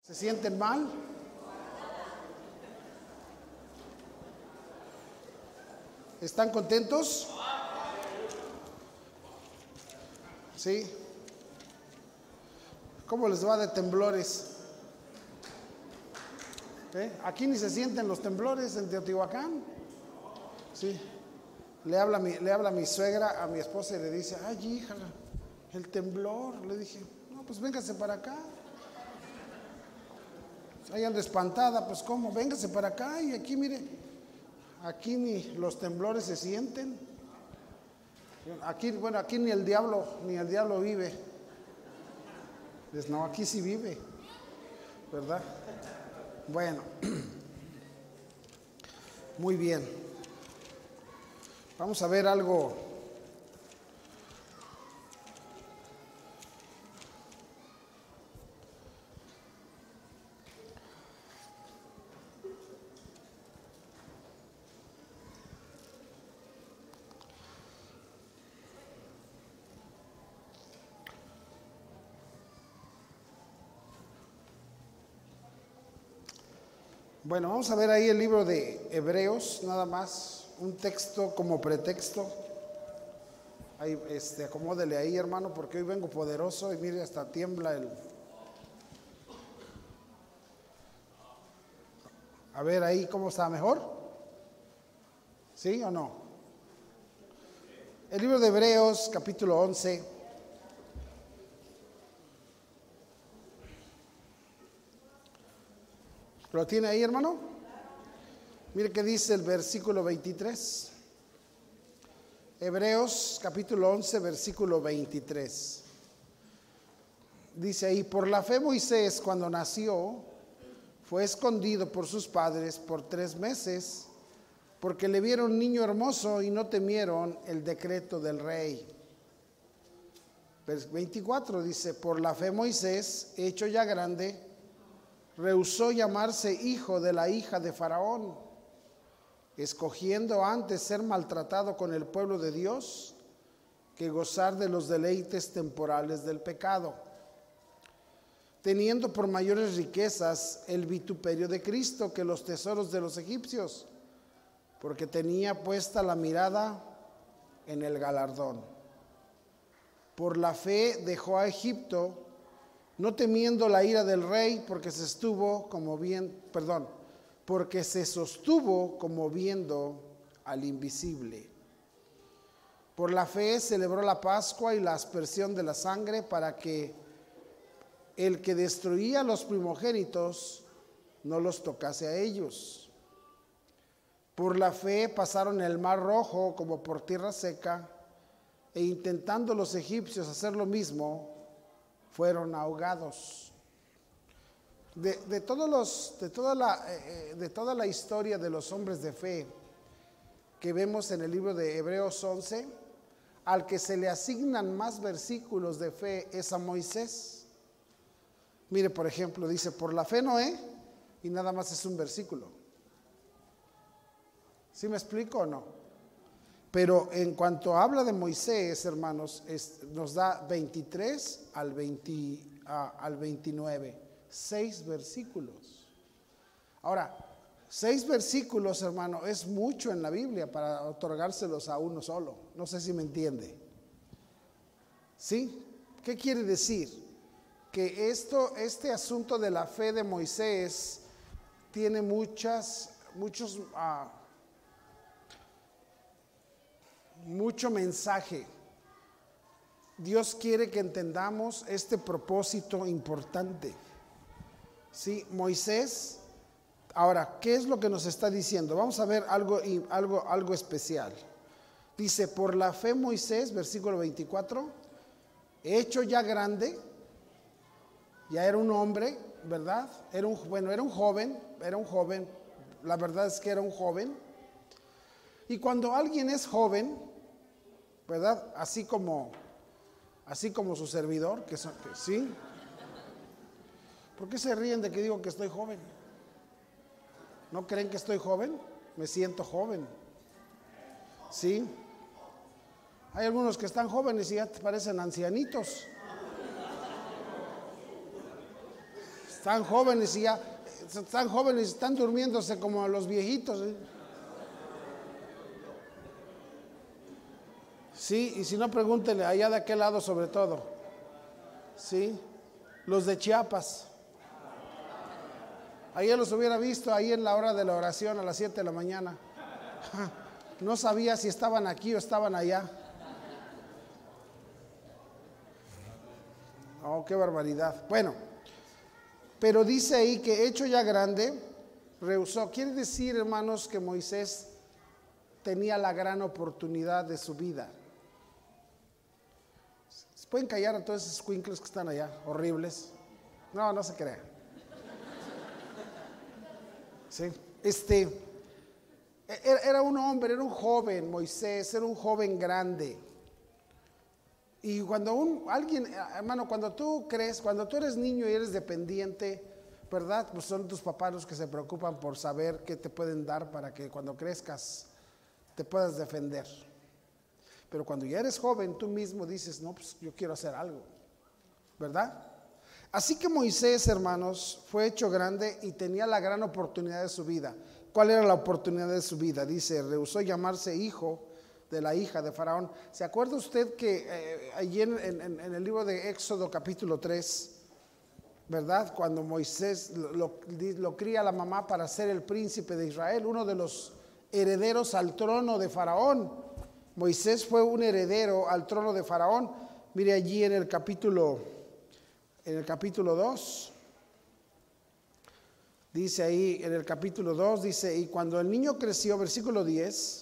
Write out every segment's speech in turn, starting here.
¿Se sienten mal? ¿Están contentos? ¿Sí? ¿Cómo les va de temblores? Aquí ni se sienten los temblores en Teotihuacán. Sí. Le habla mi suegra a mi esposa y le dice: ay, hija, el temblor. Le dije: no, pues véngase para acá. Ahí anda espantada, pues cómo, véngase para acá. Y aquí, mire, aquí ni los temblores se sienten. Aquí, bueno, aquí ni el diablo vive. Pues no, aquí sí vive, ¿verdad? Bueno, muy bien. Vamos a ver algo. Bueno, vamos a ver ahí el libro de Hebreos, nada más, un texto como pretexto. Ahí, acomódele ahí, hermano, porque hoy vengo poderoso y mire, hasta tiembla el... A ver ahí, ¿cómo está? ¿Mejor? ¿Sí o no? El libro de Hebreos, capítulo 11. ¿Lo tiene ahí, hermano? Mire qué dice el versículo 23. Hebreos capítulo 11, versículo 23. Dice ahí: por la fe Moisés, cuando nació, fue escondido por sus padres por 3 meses, porque le vieron niño hermoso y no temieron el decreto del rey. Vers 24 dice: por la fe Moisés, hecho ya grande, rehusó llamarse hijo de la hija de Faraón, escogiendo antes ser maltratado con el pueblo de Dios que gozar de los deleites temporales del pecado, teniendo por mayores riquezas el vituperio de Cristo que los tesoros de los egipcios, porque tenía puesta la mirada en el galardón. Por la fe dejó a Egipto, no temiendo la ira del rey, porque se sostuvo como viendo al invisible. Por la fe celebró la Pascua y la aspersión de la sangre, para que el que destruía a los primogénitos no los tocase a ellos. Por la fe pasaron el mar Rojo como por tierra seca, e intentando los egipcios hacer lo mismo, fueron ahogados. De toda la historia de los hombres de fe que vemos en el libro de Hebreos 11, al que se le asignan más versículos de fe es a Moisés. Mire, por ejemplo, dice: por la fe Noé, y nada más es un versículo. ¿Sí me explico o no? Pero en cuanto habla de Moisés, hermanos, nos da 23 al 29, 6 versículos. Ahora, 6 versículos, hermano, es mucho en la Biblia para otorgárselos a uno solo. No sé si me entiende. ¿Sí? ¿Qué quiere decir? Que este asunto de la fe de Moisés tiene mucho mensaje. Dios quiere que entendamos este propósito importante. Sí, Moisés. Ahora, ¿qué es lo que nos está diciendo? Vamos a ver algo especial. Dice: por la fe Moisés, versículo 24, hecho ya grande, ya era un hombre, ¿verdad? Era un joven, la verdad es que era un joven. Y cuando alguien es joven, ¿verdad? Así como su servidor, ¿sí? ¿Por qué se ríen de que digo que estoy joven? ¿No creen que estoy joven? Me siento joven, ¿sí? Hay algunos que están jóvenes y ya te parecen ancianitos. Están jóvenes y ya, están jóvenes, están durmiéndose como los viejitos. Sí, y si no, pregúntenle allá de aquel lado sobre todo. Sí, los de Chiapas. Ayer los hubiera visto ahí en la hora de la oración a las 7 de la mañana. No sabía si estaban aquí o estaban allá. Oh, qué barbaridad. Bueno, pero dice ahí que hecho ya grande, rehusó. Quiere decir, hermanos, que Moisés tenía la gran oportunidad de su vida. ¿Se pueden callar a todos esos escuincles que están allá, horribles? No, no se crean. Sí, era un hombre, era un joven, Moisés, era un joven grande. Y cuando alguien, hermano, cuando tú crees, cuando tú eres niño y eres dependiente, ¿verdad? Pues son tus papás los que se preocupan por saber qué te pueden dar para que cuando crezcas te puedas defender. Pero cuando ya eres joven, tú mismo dices, no, pues yo quiero hacer algo, ¿verdad? Así que Moisés, hermanos, fue hecho grande y tenía la gran oportunidad de su vida. ¿Cuál era la oportunidad de su vida? Dice, rehusó llamarse hijo de la hija de Faraón. ¿Se acuerda usted que allí en el libro de Éxodo capítulo 3, ¿verdad? Cuando Moisés lo cría la mamá para ser el príncipe de Israel, uno de los herederos al trono de Faraón. Moisés fue un heredero al trono de Faraón. Mire allí en el capítulo 2. Dice ahí en el capítulo 2, dice, y cuando el niño creció, versículo 10.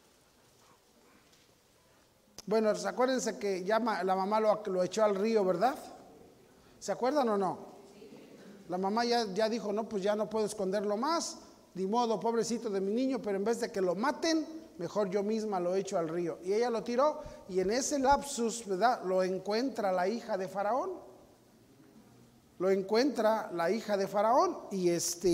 Bueno, acuérdense que ya la mamá lo echó al río, ¿verdad? ¿Se acuerdan o no? La mamá ya dijo, no, pues ya no puedo esconderlo más, de modo, pobrecito de mi niño, pero en vez de que lo maten, mejor yo misma lo echo al río. Y ella lo tiró, y en ese lapsus, ¿verdad? Lo encuentra la hija de Faraón. Lo encuentra la hija de Faraón, y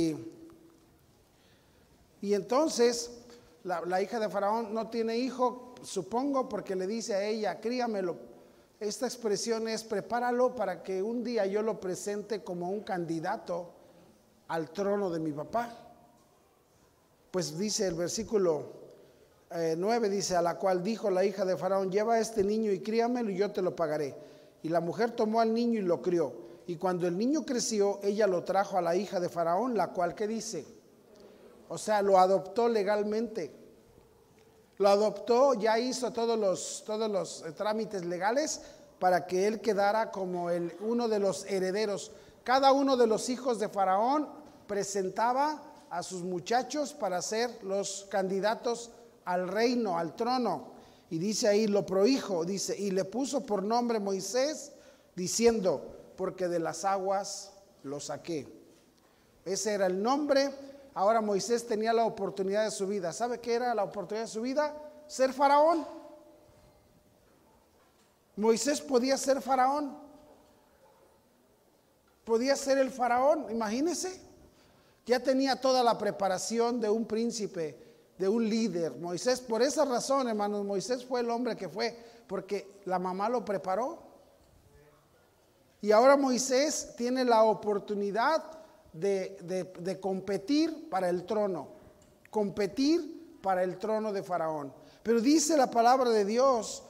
entonces la hija de Faraón no tiene hijo, supongo, porque le dice a ella, críamelo. Esta expresión es, prepáralo para que un día yo lo presente como un candidato al trono de mi papá. Pues dice el versículo 9, dice, a la cual dijo la hija de Faraón, lleva a este niño y críamelo y yo te lo pagaré. Y la mujer tomó al niño y lo crió. Y cuando el niño creció, ella lo trajo a la hija de Faraón, la cual, ¿qué dice? O sea, lo adoptó legalmente. Lo adoptó, ya hizo todos los trámites legales para que él quedara como uno de los herederos. Cada uno de los hijos de Faraón presentaba a sus muchachos para ser los candidatos al reino, al trono. Y dice ahí, lo prohijo, dice, y le puso por nombre Moisés, diciendo, porque de las aguas lo saqué. Ese era el nombre. Ahora Moisés tenía la oportunidad de su vida. ¿Sabe qué era la oportunidad de su vida? Ser faraón. Moisés podía ser faraón. Podía ser el faraón, imagínese. Ya tenía toda la preparación de un príncipe, de un líder. Moisés, por esa razón, hermanos, Moisés fue el hombre que fue, porque la mamá lo preparó. Y ahora Moisés tiene la oportunidad de competir para el trono, competir para el trono de Faraón. Pero dice la palabra de Dios,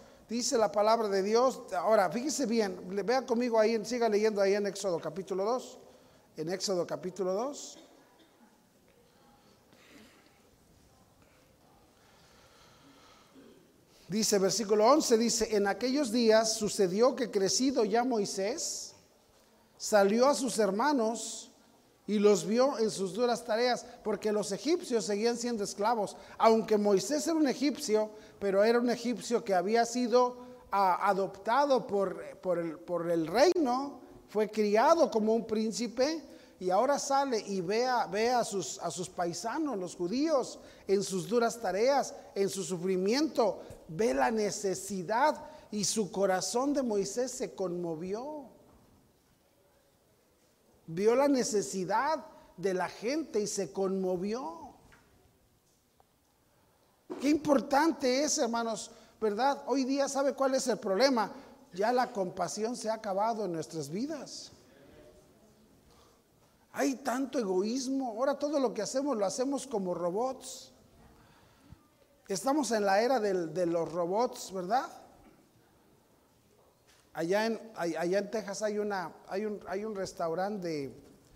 ahora fíjese bien, vea conmigo ahí, siga leyendo ahí en Éxodo capítulo 2, en Éxodo capítulo 2. Dice versículo 11, dice, en aquellos días sucedió que crecido ya Moisés, salió a sus hermanos y los vio en sus duras tareas, porque los egipcios seguían siendo esclavos, aunque Moisés era un egipcio, pero era un egipcio que había sido adoptado por el reino, fue criado como un príncipe, y ahora sale y ve a sus paisanos, los judíos, en sus duras tareas, en su sufrimiento, ve la necesidad, y su corazón de Moisés se conmovió. Vio la necesidad de la gente y se conmovió. Qué importante es, hermanos, ¿verdad? Hoy día, ¿sabe cuál es el problema? Ya la compasión se ha acabado en nuestras vidas. Hay tanto egoísmo. Ahora todo lo que hacemos lo hacemos como robots. Estamos en la era de los robots, ¿verdad? Allá en Texas hay un restaurante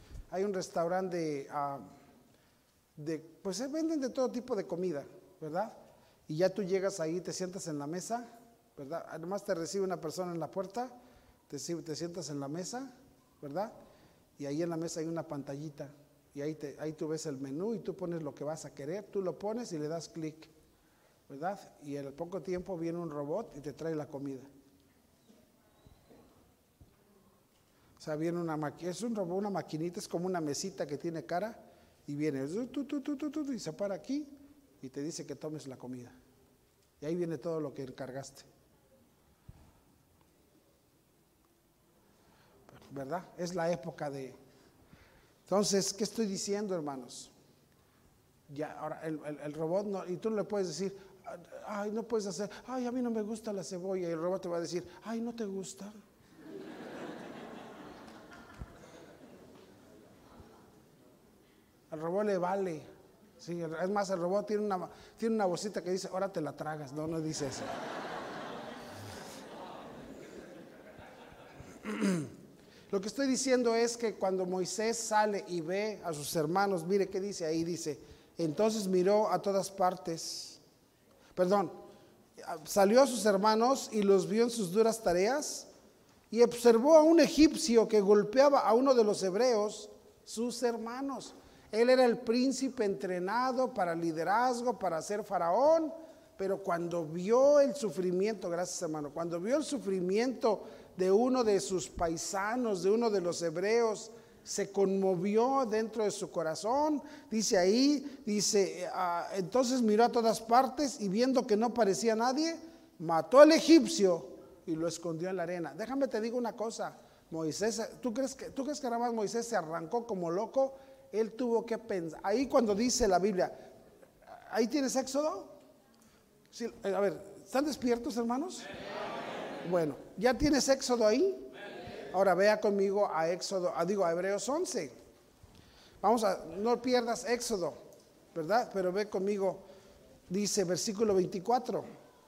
pues se venden de todo tipo de comida, ¿verdad? Y ya tú llegas ahí, te sientas en la mesa, ¿verdad? Además te recibe una persona en la puerta, te sientas en la mesa, ¿verdad? Y ahí en la mesa hay una pantallita y ahí tú ves el menú y tú pones lo que vas a querer, tú lo pones y le das clic, ¿verdad? Y al poco tiempo viene un robot y te trae la comida. O sea, viene es un robot, una maquinita, es como una mesita que tiene cara y viene y se para aquí y te dice que tomes la comida. Y ahí viene todo lo que encargaste. ¿Verdad? Es la época de... Entonces, ¿qué estoy diciendo, hermanos? Ya, ahora el robot no, y tú no le puedes decir, ay, no puedes hacer, ay, a mí no me gusta la cebolla, y el robot te va a decir, ay, ¿no te gusta? Al robot le vale. Sí, es más, el robot tiene una vocita que dice, ahora te la tragas. No dice eso. Lo que estoy diciendo es que cuando Moisés sale y ve a sus hermanos, mire qué dice ahí, dice, entonces miró a todas partes, salió a sus hermanos y los vio en sus duras tareas y observó a un egipcio que golpeaba a uno de los hebreos, sus hermanos. Él era el príncipe entrenado para liderazgo, para ser faraón, pero cuando vio el sufrimiento, gracias hermano, cuando vio el sufrimiento de uno de sus paisanos, de uno de los hebreos, se conmovió dentro de su corazón. Dice ahí, entonces miró a todas partes y viendo que no parecía nadie, mató al egipcio y lo escondió en la arena. Déjame te digo una cosa, Moisés, ¿tú crees que nada más Moisés se arrancó como loco? Él tuvo que pensar. Ahí cuando dice la Biblia, ¿ahí tienes Éxodo? Sí, a ver, ¿están despiertos, hermanos? Bueno, ¿ya tienes Éxodo ahí? Ahora vea conmigo a Hebreos 11. No pierdas Éxodo, ¿verdad? Pero ve conmigo, dice versículo 24.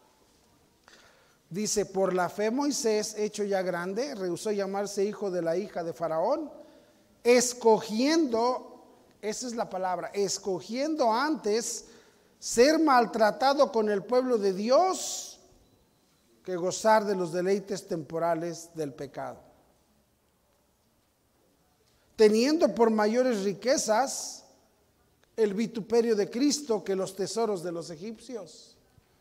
Dice, por la fe Moisés, hecho ya grande, rehusó llamarse hijo de la hija de Faraón, escogiendo, esa es la palabra, escogiendo antes ser maltratado con el pueblo de Dios que gozar de los deleites temporales del pecado, teniendo por mayores riquezas el vituperio de Cristo que los tesoros de los egipcios.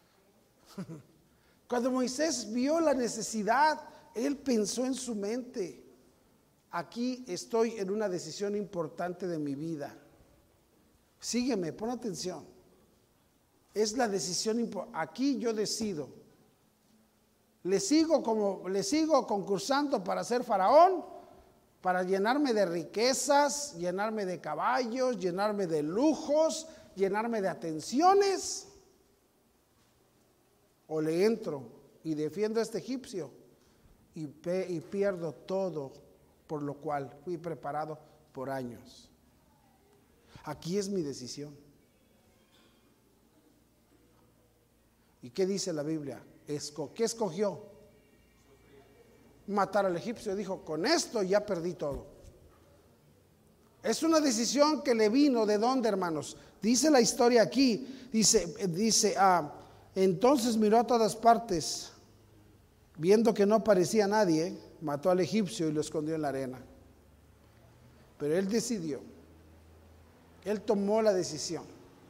Cuando Moisés vio la necesidad, él pensó en su mente, aquí estoy en una decisión importante de mi vida. Sígueme, pon atención. Es la decisión importante. Aquí yo decido. Le sigo concursando para ser faraón, para llenarme de riquezas, llenarme de caballos, llenarme de lujos, llenarme de atenciones. O le entro y defiendo a este egipcio y pierdo todo por lo cual fui preparado por años. Aquí es mi decisión. ¿Y qué dice la Biblia? ¿Qué escogió? Matar al egipcio. Dijo, con esto ya perdí todo. Es una decisión que le vino, ¿de dónde, hermanos? Dice la historia aquí, dice, entonces miró a todas partes, viendo que no parecía nadie, mató al egipcio y lo escondió en la arena. Pero él decidió, él tomó la decisión.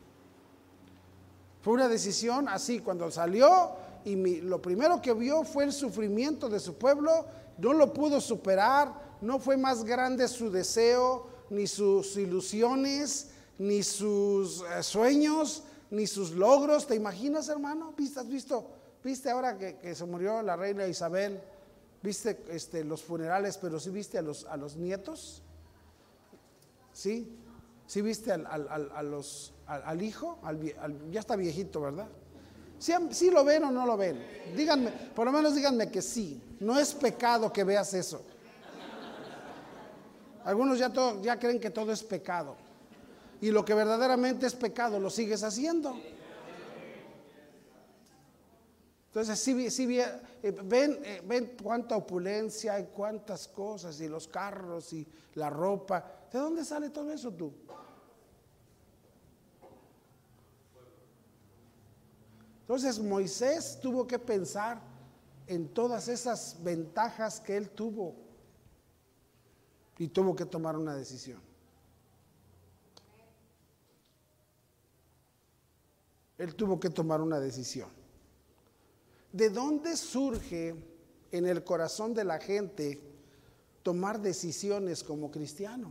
Fue una decisión así, cuando salió y lo primero que vio fue el sufrimiento de su pueblo, no lo pudo superar, no fue más grande su deseo, ni sus ilusiones, ni sus sueños, ni sus logros. ¿Te imaginas, hermano? ¿Viste ahora que se murió la reina Isabel? ¿Viste los funerales, pero sí viste a los nietos? ¿Sí? ¿Sí viste al hijo? Ya está viejito, ¿verdad? ¿Sí lo ven o no lo ven? Díganme, por lo menos díganme que sí. No es pecado que veas eso. Algunos ya creen que todo es pecado. Y lo que verdaderamente es pecado lo sigues haciendo. Entonces, ven cuánta opulencia y cuántas cosas, y los carros y la ropa. ¿De dónde sale todo eso tú? Entonces Moisés tuvo que pensar en todas esas ventajas que él tuvo y tuvo que tomar una decisión. Él tuvo que tomar una decisión. ¿De dónde surge en el corazón de la gente tomar decisiones como cristiano?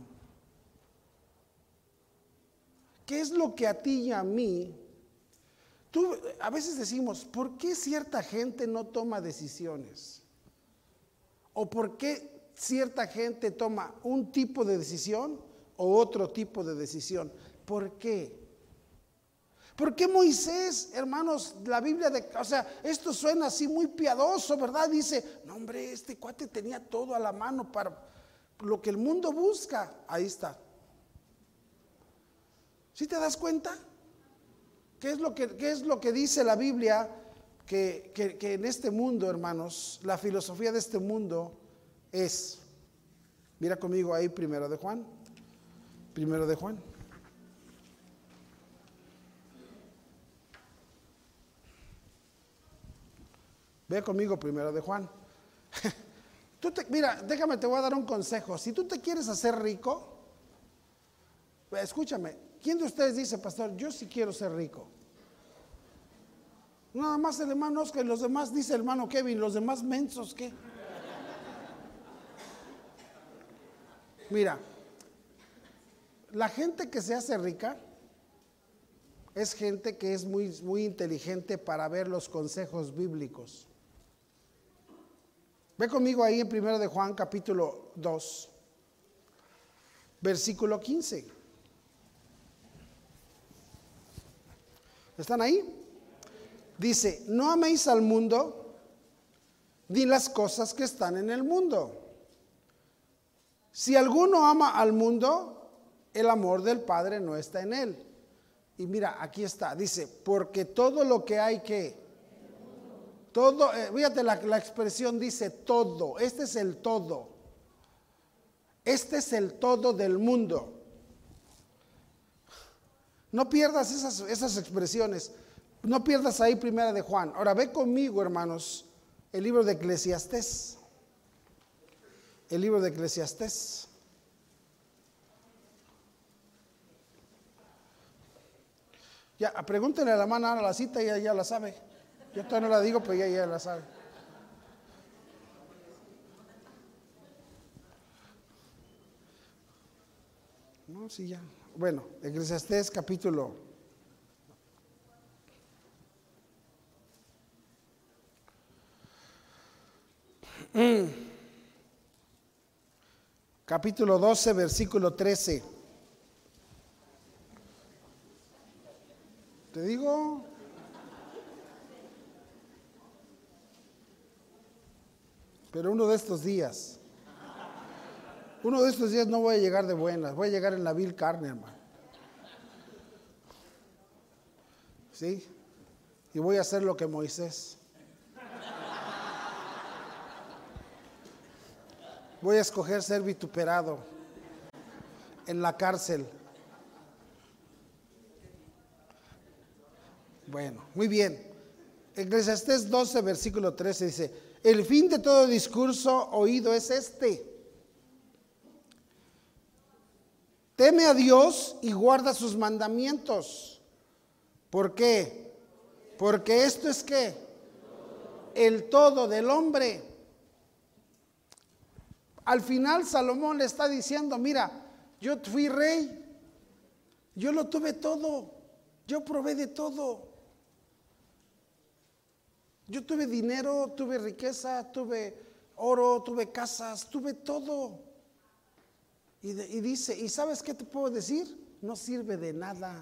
¿Qué es lo que a ti y a mí? A veces decimos, ¿por qué cierta gente no toma decisiones? ¿O por qué cierta gente toma un tipo de decisión o otro tipo de decisión? ¿Por qué? ¿Por qué Moisés, hermanos, la Biblia, esto suena así muy piadoso, ¿verdad? Dice, no hombre, este cuate tenía todo a la mano para lo que el mundo busca. Ahí está. ¿Sí te das cuenta? ¿Qué es lo que dice la Biblia? Que en este mundo, hermanos, la filosofía de este mundo es, mira conmigo ahí, Primero de Juan. Ve conmigo Primero de Juan. Mira, déjame, te voy a dar un consejo. Si tú te quieres hacer rico, escúchame, ¿quién de ustedes dice, pastor, yo sí quiero ser rico? Nada más el hermano Oscar y los demás, dice el hermano Kevin, los demás mensos, ¿qué? Mira, la gente que se hace rica es gente que es muy, muy inteligente para ver los consejos bíblicos. Ve conmigo ahí en 1 de Juan capítulo 2, versículo 15. ¿Están ahí? Dice, no améis al mundo ni las cosas que están en el mundo. Si alguno ama al mundo, el amor del Padre no está en él. Y mira, aquí está, dice, porque todo lo que hay que... Todo, fíjate la expresión dice todo, este es el todo. Este es el todo del mundo. No pierdas esas expresiones. No pierdas ahí Primera de Juan. Ahora ve conmigo, hermanos, el libro de Eclesiastés. El libro de Eclesiastés. Ya, pregúntenle a la hermana Ana la cita, ella ya la sabe. Yo todavía no la digo, pero ella ya la sabe. No, sí, ya. Bueno, Eclesiastés capítulo. Capítulo 12, versículo 13. ¿Te digo? Pero uno de estos días no voy a llegar de buenas, voy a llegar en la vil carne, hermano. ¿Sí? Y voy a hacer lo que Moisés. Voy a escoger ser vituperado en la cárcel. Bueno, muy bien. Eclesiastés 12, versículo 13 dice, el fin de todo discurso oído es este: teme a Dios y guarda sus mandamientos. ¿Por qué? Porque esto es ¿qué? El todo del hombre. Al final Salomón le está diciendo, mira, yo fui rey, yo lo tuve todo, yo probé de todo. Yo tuve dinero, tuve riqueza, tuve oro, tuve casas, tuve todo. Y dice, ¿y sabes qué te puedo decir? No sirve de nada.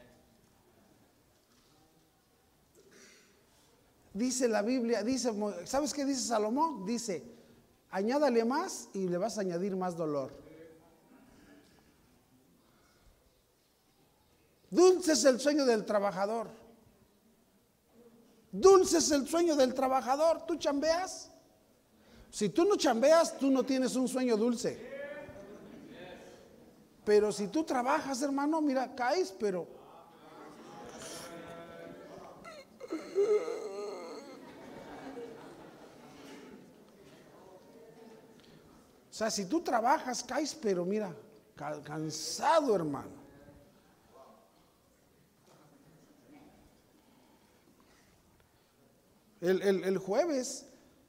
Dice la Biblia, ¿sabes qué dice Salomón? Dice, añádale más y le vas a añadir más dolor. Dulce es el sueño del trabajador. Dulce es el sueño del trabajador. ¿Tú chambeas? Si tú no chambeas, tú no tienes un sueño dulce. Pero si tú trabajas, hermano, mira, caes, pero... O sea, si tú trabajas, caes, pero mira, cansado, hermano. El jueves,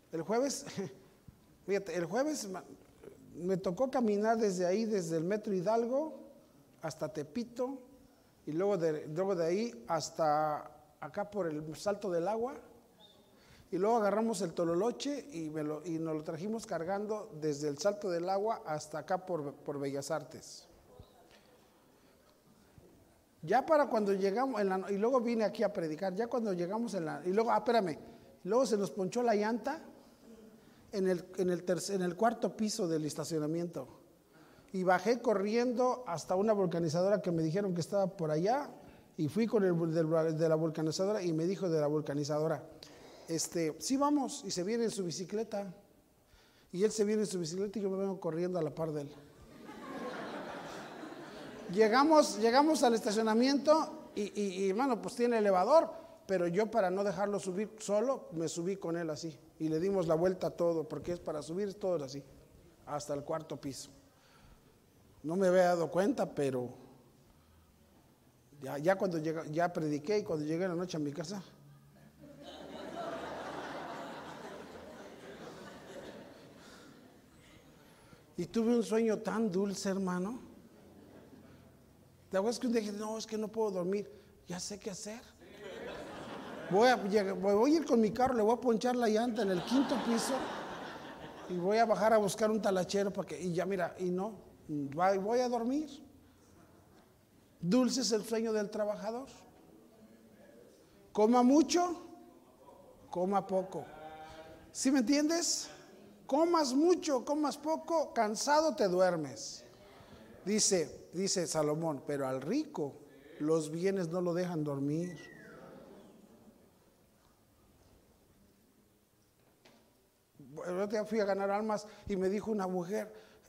fíjate, el jueves me tocó caminar desde ahí, desde el Metro Hidalgo hasta Tepito, y luego de ahí hasta acá por el Salto del Agua, y luego agarramos el Tololoche y nos lo trajimos cargando desde el Salto del Agua hasta acá por Bellas Artes. Ya para cuando llegamos, y luego vine aquí a predicar, ya cuando llegamos y luego, luego se nos ponchó la llanta en el cuarto piso del estacionamiento. Y bajé corriendo hasta una vulcanizadora que me dijeron que estaba por allá, y fui con el de la vulcanizadora y me dijo de la vulcanizadora, sí vamos, y se viene en su bicicleta. Y él se viene en su bicicleta y yo me vengo corriendo a la par de él. Llegamos al estacionamiento y hermano, pues tiene elevador, pero yo para no dejarlo subir solo, me subí con él así y le dimos la vuelta a todo, porque es para subir todo así, hasta el cuarto piso. No me había dado cuenta, pero ya cuando ya prediqué, y cuando llegué en la noche a mi casa, y tuve un sueño tan dulce, hermano. ¿Te acuerdas que un día dije, no, es que no puedo dormir? Ya sé qué hacer. Voy a ir con mi carro, le voy a ponchar la llanta en el quinto piso y voy a bajar a buscar un talachero y ya mira, y no, voy a dormir. Dulce es el sueño del trabajador. Coma mucho, coma poco. ¿Sí me entiendes? Comas mucho, comas poco, cansado te duermes. Dice Salomón, pero al rico los bienes no lo dejan dormir. El otro día fui a ganar almas y me dijo una mujer,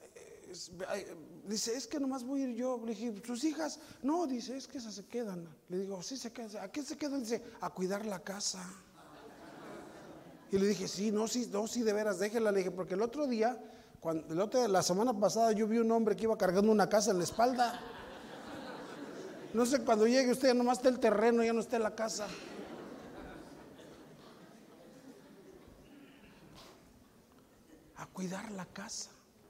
dice, es que nomás voy a ir yo. Le dije, ¿sus hijas? No, dice, es que esas se quedan. Le digo, sí se quedan. ¿A qué se quedan? Dice, a cuidar la casa. Y le dije, sí, de veras, déjela. Le dije, porque el otro día, la semana pasada, yo vi un hombre que iba cargando una casa en la espalda. No sé, cuando llegue usted, nomás está el terreno, ya no está la casa. A cuidar la casa.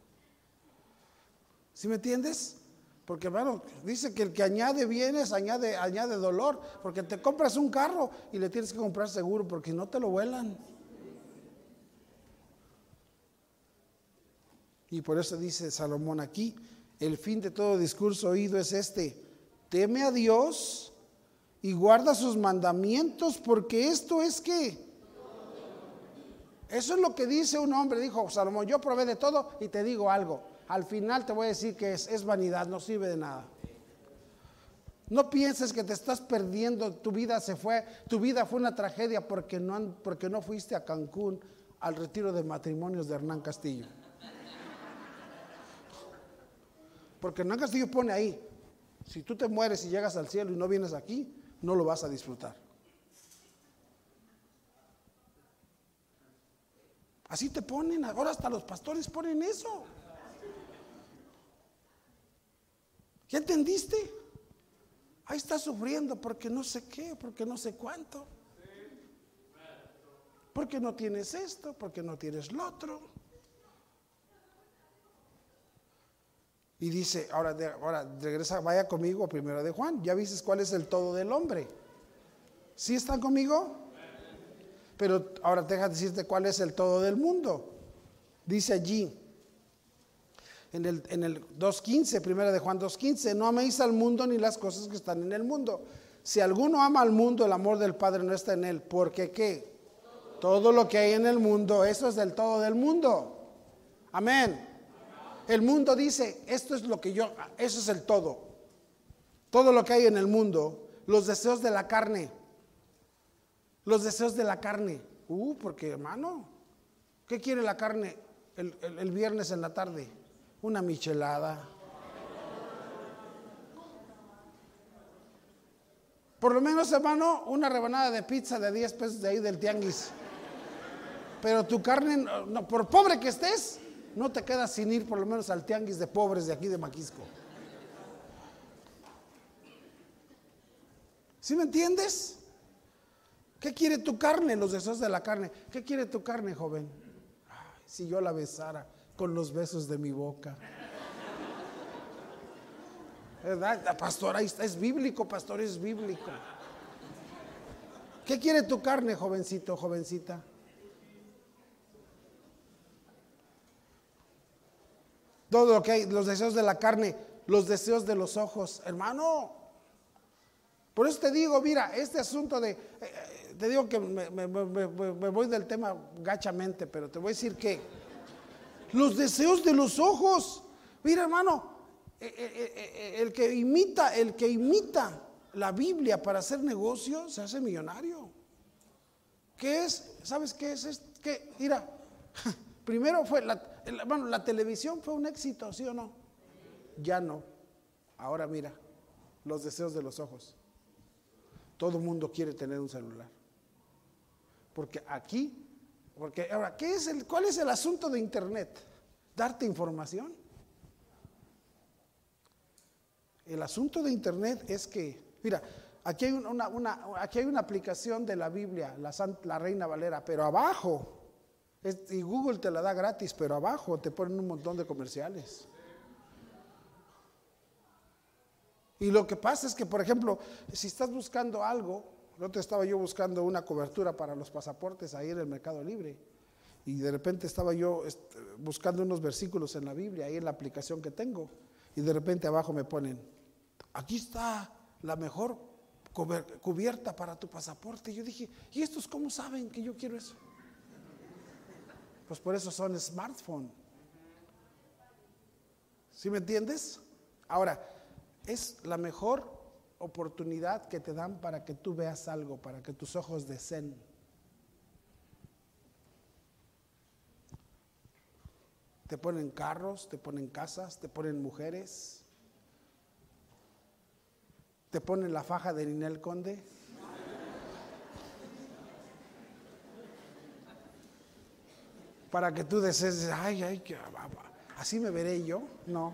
¿Sí me entiendes? Porque hermano, dice que el que añade bienes, añade dolor. Porque te compras un carro y le tienes que comprar seguro, porque no te lo vuelan. Y por eso dice Salomón aquí, el fin de todo discurso oído es teme a Dios y guarda sus mandamientos, porque esto es ¿qué? Eso es lo que dice un hombre, dijo Salomón, yo probé de todo y te digo algo, al final te voy a decir que es vanidad, no sirve de nada. No pienses que te estás perdiendo, tu vida fue una tragedia porque no fuiste a Cancún al retiro de matrimonios de Hernán Castillo. Porque Hernán Castillo pone ahí, si tú te mueres y llegas al cielo y no vienes aquí, no lo vas a disfrutar. Así te ponen, ahora hasta los pastores ponen eso. ¿Ya entendiste? Ahí está sufriendo porque no sé qué, porque no sé cuánto. Porque no tienes esto, porque no tienes lo otro. Y dice, ahora regresa, vaya conmigo a Primera de Juan. ¿Ya viste cuál es el todo del hombre? ¿Sí están conmigo? Pero ahora deja decirte cuál es el todo del mundo. Dice allí, en el 2.15, Primera de Juan 2.15, no améis al mundo ni las cosas que están en el mundo. Si alguno ama al mundo, el amor del Padre no está en él. Porque ¿qué? Todo lo que hay en el mundo, eso es del todo del mundo. Amén. El mundo dice, eso es el todo. todo lo que hay en el mundo, los deseos de la carne. Los deseos de la carne. Porque hermano, ¿qué quiere la carne el viernes en la tarde? Una michelada. Por lo menos, hermano, una rebanada de pizza de 10 pesos de ahí del tianguis. Pero tu carne, no, por pobre que estés, no te quedas sin ir por lo menos al tianguis de pobres de aquí de Maquisco. ¿Sí me entiendes? ¿Qué quiere tu carne? Los deseos de la carne. ¿Qué quiere tu carne, joven? Ay, si yo la besara con los besos de mi boca. ¿Verdad? Pastor, ahí está, es bíblico, pastor, es bíblico. ¿Qué quiere tu carne, jovencito, jovencita? Todo lo que hay, los deseos de la carne, los deseos de los ojos, hermano. Por eso te digo, mira, este asunto de, te digo que me voy del tema gachamente, pero te voy a decir que los deseos de los ojos, mira, hermano, el que imita la Biblia para hacer negocio se hace millonario. ¿Qué es? ¿Sabes qué es? Que, mira, primero fue la televisión fue un éxito, ¿sí o no? Ya no. Ahora mira, los deseos de los ojos. Todo el mundo quiere tener un celular. Porque ahora, ¿cuál es el asunto de Internet? ¿Darte información? El asunto de Internet es que, mira, aquí hay una aplicación de la Biblia, la Reina Valera, pero abajo, y Google te la da gratis, pero abajo te ponen un montón de comerciales. Y lo que pasa es que, por ejemplo, si estás buscando algo, estaba yo buscando una cobertura para los pasaportes ahí en el Mercado Libre, y de repente estaba yo buscando unos versículos en la Biblia, ahí en la aplicación que tengo, y de repente abajo me ponen, aquí está la mejor cubierta para tu pasaporte. Y yo dije, ¿y estos cómo saben que yo quiero eso? Pues por eso son smartphone. ¿Sí me entiendes? Ahora, es la mejor oportunidad que te dan para que tú veas algo, para que tus ojos deseen. Te ponen carros, te ponen casas, te ponen mujeres, te ponen la faja de Ninel Conde. Para que tú desees, ay, así me veré yo. No.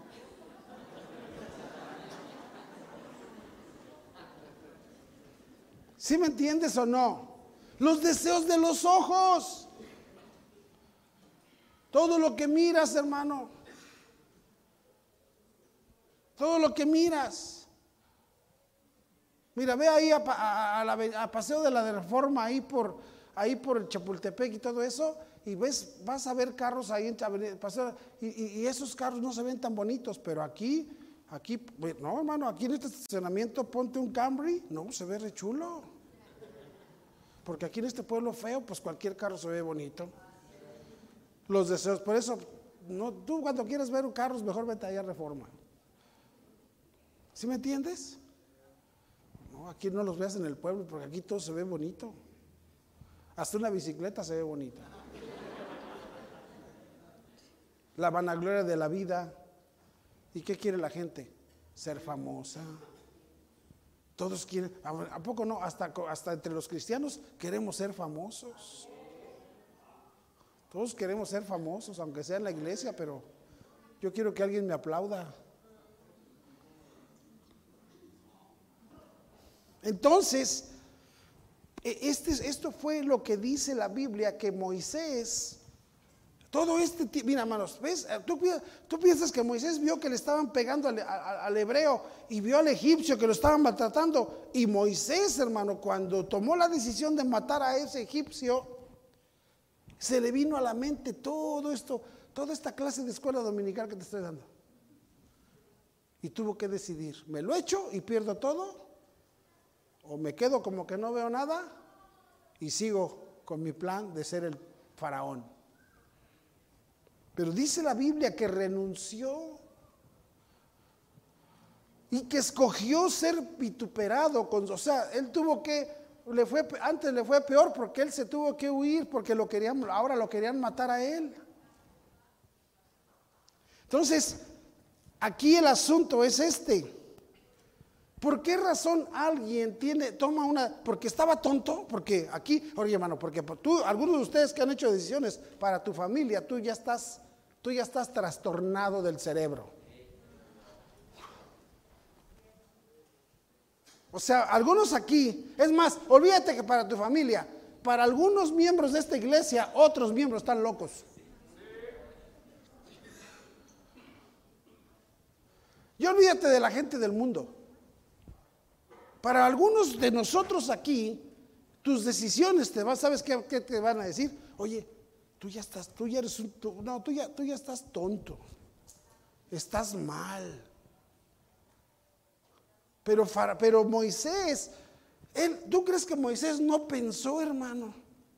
¿Sí me entiendes o no? Los deseos de los ojos. Todo lo que miras, hermano. Todo lo que miras. Mira, ve ahí a Paseo de la Reforma, ahí por el Chapultepec y todo eso, y vas a ver carros ahí en Paseo, y esos carros no se ven tan bonitos, pero aquí, no, hermano, aquí en este estacionamiento ponte un Camry, no, se ve re chulo. Porque aquí en este pueblo feo, pues cualquier carro se ve bonito. Los deseos, por eso, no, tú cuando quieres ver un carro, mejor vete allá a Reforma. ¿Sí me entiendes? No, aquí no los veas en el pueblo, porque aquí todo se ve bonito. Hasta una bicicleta se ve bonita. La vanagloria de la vida. ¿Y qué quiere la gente? Ser famosa. Todos quieren, ¿a poco no? Hasta entre los cristianos queremos ser famosos. Todos queremos ser famosos, aunque sea en la iglesia, pero yo quiero que alguien me aplauda. Entonces, esto fue lo que dice la Biblia, que Moisés, mira, hermanos, ¿ves? Tú piensas que Moisés vio que le estaban pegando al hebreo y vio al egipcio que lo estaban maltratando, y Moisés, hermano, cuando tomó la decisión de matar a ese egipcio, se le vino a la mente todo esto, toda esta clase de escuela dominical que te estoy dando, y tuvo que decidir, ¿me lo echo y pierdo todo? ¿O me quedo como que no veo nada y sigo con mi plan de ser el faraón? Pero dice la Biblia que renunció. y que escogió ser vituperado, o sea, él tuvo que, antes le fue peor porque él se tuvo que huir porque ahora lo querían matar a él. Entonces, aquí el asunto es este. ¿Por qué razón alguien porque estaba tonto? Porque aquí, oye hermano, porque algunos de ustedes que han hecho decisiones para tu familia, tú ya estás trastornado del cerebro. O sea, algunos aquí, es más, olvídate que para tu familia, para algunos miembros de esta iglesia, otros miembros están locos. Y olvídate de la gente del mundo. Para algunos de nosotros aquí, tus decisiones ¿sabes qué te van a decir? Oye, tú ya estás tonto, estás mal. Pero Moisés, ¿tú crees que Moisés no pensó, hermano?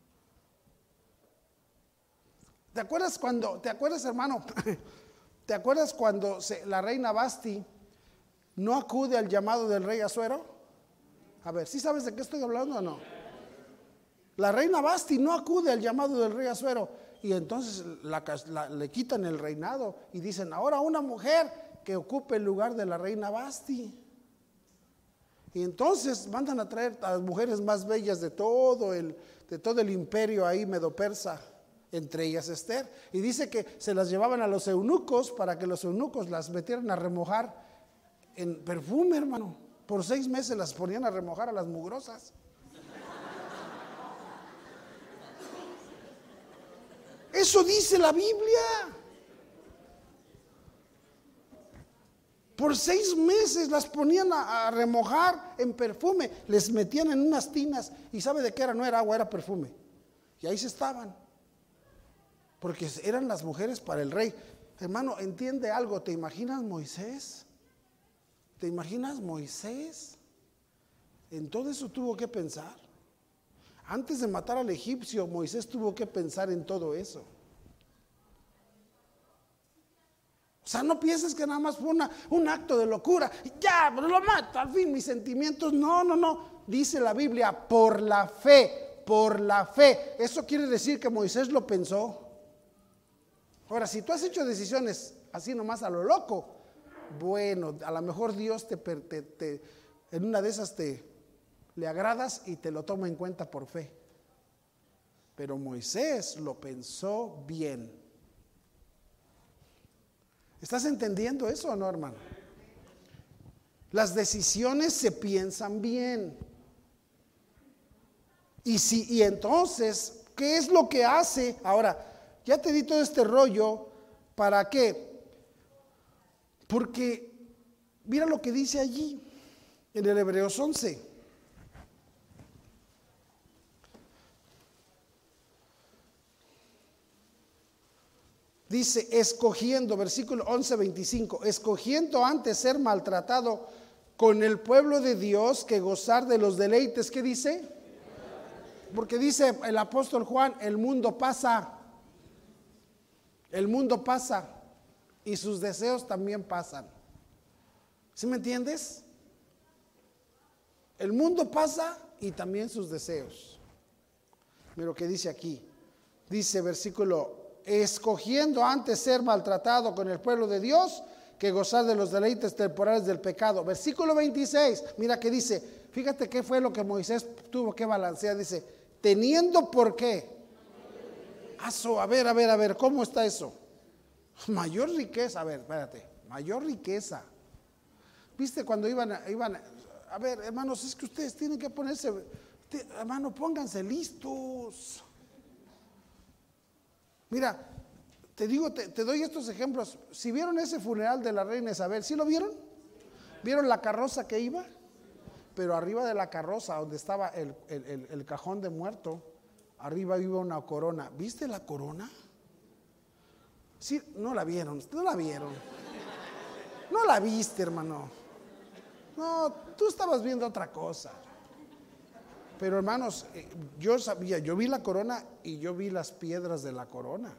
¿Te acuerdas, hermano? ¿Te acuerdas cuando la reina Vasti no acude al llamado del rey Asuero? A ver, ¿sí sabes de qué estoy hablando o no? La reina Vasti no acude al llamado del rey Asuero y entonces le quitan el reinado y dicen, ahora una mujer que ocupe el lugar de la reina Vasti. Y entonces mandan a traer a las mujeres más bellas de todo el imperio ahí medo-persa, entre ellas Esther, y dice que se las llevaban a los eunucos para que los eunucos las metieran a remojar en perfume, hermano. Por 6 meses las ponían a remojar a las mugrosas. Eso dice la Biblia. Por 6 meses las ponían a remojar en perfume, les metían en unas tinas y ¿sabe de qué era? No era agua, era perfume. Y ahí se estaban, porque eran las mujeres para el rey. Hermano, entiende algo, ¿te imaginas Moisés? ¿Te imaginas Moisés? En todo eso tuvo que pensar. Antes de matar al egipcio, Moisés tuvo que pensar en todo eso. O sea, no pienses que nada más fue un acto de locura. Ya, pero lo mato, al fin mis sentimientos. No. Dice la Biblia, por la fe, por la fe. Eso quiere decir que Moisés lo pensó. Ahora, si tú has hecho decisiones así nomás a lo loco, bueno, a lo mejor Dios en una de esas le agradas y te lo toma en cuenta por fe. Pero Moisés lo pensó bien. ¿Estás entendiendo eso o no, hermano? Las decisiones se piensan bien. Y entonces, ¿qué es lo que hace? Ahora, ya te di todo este rollo, ¿para qué? Porque mira lo que dice allí, en el Hebreos 11. Dice, escogiendo, versículo 11:25, escogiendo antes ser maltratado con el pueblo de Dios que gozar de los deleites. ¿Qué dice? Porque dice el apóstol Juan, el mundo pasa y sus deseos también pasan. ¿Sí me entiendes? El mundo pasa y también sus deseos. Mira lo que dice aquí. Dice versículo, escogiendo antes ser maltratado con el pueblo de Dios que gozar de los deleites temporales del pecado. Versículo 26, mira que dice, fíjate qué fue lo que Moisés tuvo que balancear. Dice, teniendo por qué. A ver, ¿cómo está eso? Mayor riqueza, a ver, espérate, mayor riqueza. ¿Viste cuando iban a ver, hermanos, es que ustedes tienen que ponerse, hermano, pónganse listos. Mira, te digo, te doy estos ejemplos. Si vieron ese funeral de la reina Isabel, ¿sí lo vieron? ¿Vieron la carroza que iba? Pero arriba de la carroza, donde estaba el cajón de muerto, arriba iba una corona. ¿Viste la corona? Sí, no la vieron. No la viste, hermano. No, tú estabas viendo otra cosa. Pero hermanos, yo vi la corona y yo vi las piedras de la corona.